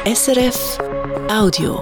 SRF Audio.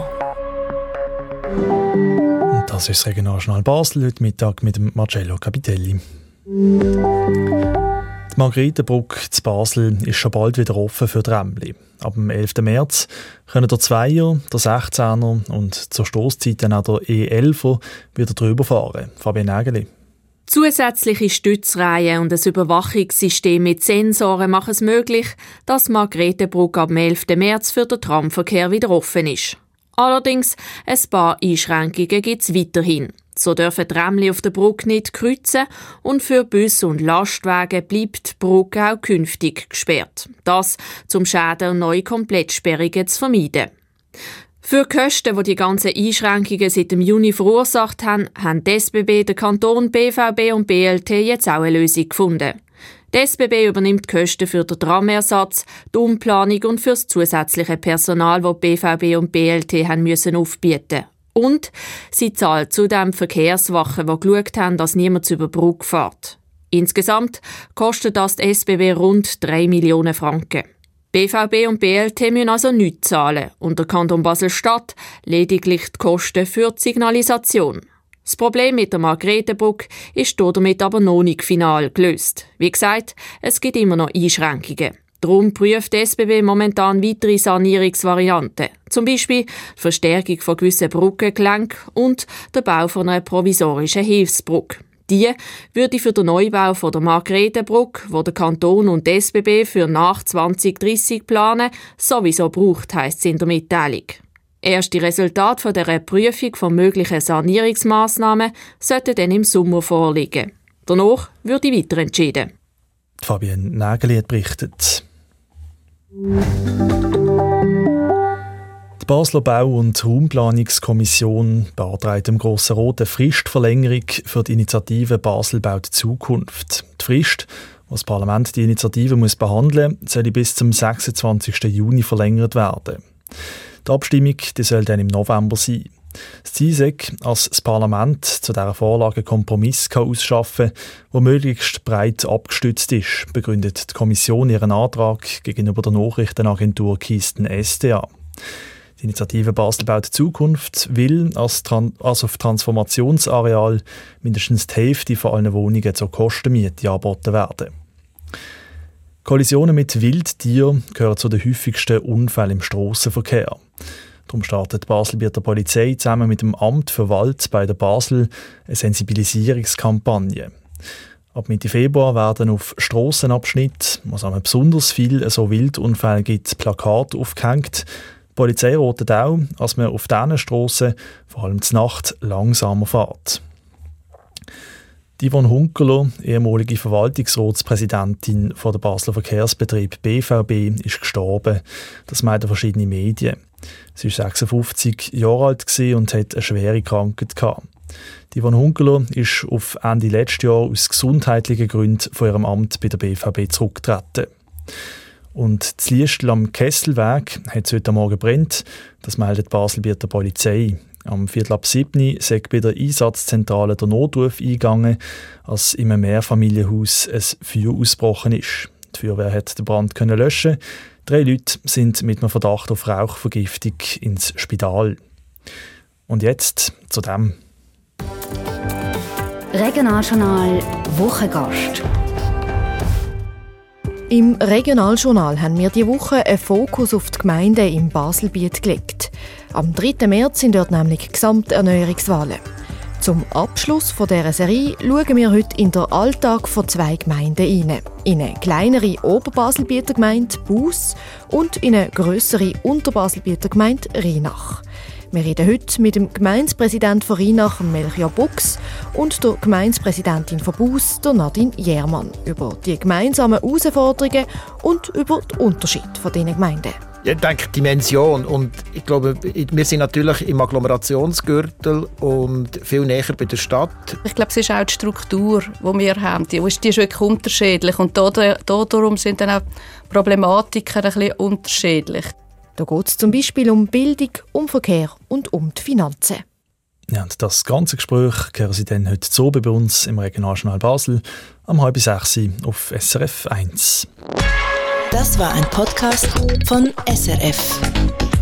Das ist das Regionaljournal Basel, heute Mittag mit dem Marcello Capitelli. Die Margretenbrücke zu Basel ist schon bald wieder offen für Tramli. Ab dem 11. März können der 2er, der 16er und zur Stosszeit dann auch der E11er wieder drüber fahren. Fabian Nägeli. Zusätzliche Stützreihen und ein Überwachungssystem mit Sensoren machen es möglich, dass die Margretenbrücke ab dem 11. März für den Tramverkehr wieder offen ist. Allerdings ein paar Einschränkungen gibt es weiterhin. So dürfen Tramli auf der Brücke nicht kreuzen und für Busse und Lastwagen bleibt die Brücke auch künftig gesperrt. Das, um Schäden und neue Komplettsperrungen zu vermeiden. Für die Kosten, die die ganzen Einschränkungen seit dem Juni verursacht haben die SBB, der Kanton, BVB und BLT jetzt auch eine Lösung gefunden. Die SBB übernimmt die Kosten für den Tramersatz, die Umplanung und für das zusätzliche Personal, das die BVB und BLT haben müssen aufbieten. Und sie zahlt zudem Verkehrswachen, die geschaut haben, dass niemand über die Brücke fährt. Insgesamt kostet das die SBB rund 3 Millionen Franken. BVB und BLT müssen also nichts zahlen und der Kanton Basel-Stadt lediglich die Kosten für die Signalisation. Das Problem mit der Margretenbrücke ist damit aber noch nicht final gelöst. Wie gesagt, es gibt immer noch Einschränkungen. Darum prüft die SBB momentan weitere Sanierungsvarianten. Zum Beispiel die Verstärkung von gewissen Brückengelenken und der Bau von einer provisorischen Hilfsbrücke. Die würde für den Neubau von der Margretenbrücke, wo der Kanton und die SBB für nach 2030 planen, sowieso braucht, heisst es in der Mitteilung. Erste Resultate von dieser Prüfung von möglichen Sanierungsmaßnahmen sollten dann im Sommer vorliegen. Danach würde weiter entschieden. Fabian Nägeli hat berichtet. Die Basler Bau- und Raumplanungskommission beantragt dem Grossen Rat eine Fristverlängerung für die Initiative Basel baut Zukunft. Die Frist, wo das Parlament die Initiative behandeln muss, soll bis zum 26. Juni verlängert werden. Die Abstimmung soll dann im November sein. Das Ziel ist, dass das Parlament zu dieser Vorlage einen Kompromiss ausschaffen kann, der möglichst breit abgestützt ist, begründet die Kommission ihren Antrag gegenüber der Nachrichtenagentur Kisten SDA. Die Initiative Basel baut Zukunft will, als auf Transformationsareal mindestens die Hälfte von allen Wohnungen zur Kostenmiete angeboten werden. Kollisionen mit Wildtieren gehören zu den häufigsten Unfällen im Strassenverkehr. Darum startet die Baselbieter Polizei zusammen mit dem Amt für Wald bei der Basel eine Sensibilisierungskampagne. Ab Mitte Februar werden auf Strassenabschnitten, wo es besonders viele so Wildunfälle gibt, Plakate aufgehängt. Die Polizei ratet auch, dass man auf diesen Strassen, vor allem zur Nacht, langsamer fährt. Yvonne Hunkeler, ehemalige Verwaltungsratspräsidentin von der Basler Verkehrsbetrieb BVB, ist gestorben. Das melden verschiedene Medien. Sie war 56 Jahre alt und hatte eine schwere Krankheit gehabt. Yvonne Hunkeler ist auf Ende letzten Jahr aus gesundheitlichen Gründen von ihrem Amt bei der BVB zurückgetreten. Und das Liestl am Kesselweg hat es heute Morgen brennt. Das meldet die Baselbieter Polizei. Am 6:15 sei bei der Einsatzzentrale der Notruf eingegangen, als in einem Mehrfamilienhaus ein Feuer ausgebrochen ist. Die Feuerwehr hat den Brand löschen. 3 Leute sind mit einem Verdacht auf Rauchvergiftung ins Spital. Und jetzt zu dem. Regionaljournal Wochengast. Im Regionaljournal haben wir diese Woche einen Fokus auf die Gemeinden im Baselbiet gelegt. Am 3. März sind dort nämlich Gesamterneuerungswahlen. Zum Abschluss dieser Serie schauen wir heute in den Alltag von 2 Gemeinden rein. In eine kleinere Oberbaselbieter Gemeinde Buss und in eine grössere Unterbaselbieter Gemeinde Rheinach. Wir reden heute mit dem Gemeindepräsidenten von Rheinach, Melchior Bux, und der Gemeindepräsidentin von Buss, der Nadine Jermann, über die gemeinsamen Herausforderungen und über den Unterschied von diesen Gemeinden. Ich denke, Dimension. Und ich glaube, wir sind natürlich im Agglomerationsgürtel und viel näher bei der Stadt. Ich glaube, es ist auch die Struktur, die wir haben. Die ist wirklich unterschiedlich. Und darum sind dann auch Problematiken ein bisschen unterschiedlich. Da geht es zum Beispiel um Bildung, um Verkehr und um die Finanzen. Ja, und das ganze Gespräch hören Sie dann heute so bei uns im Regionaljournal Basel am 5:30 auf SRF 1. Das war ein Podcast von SRF.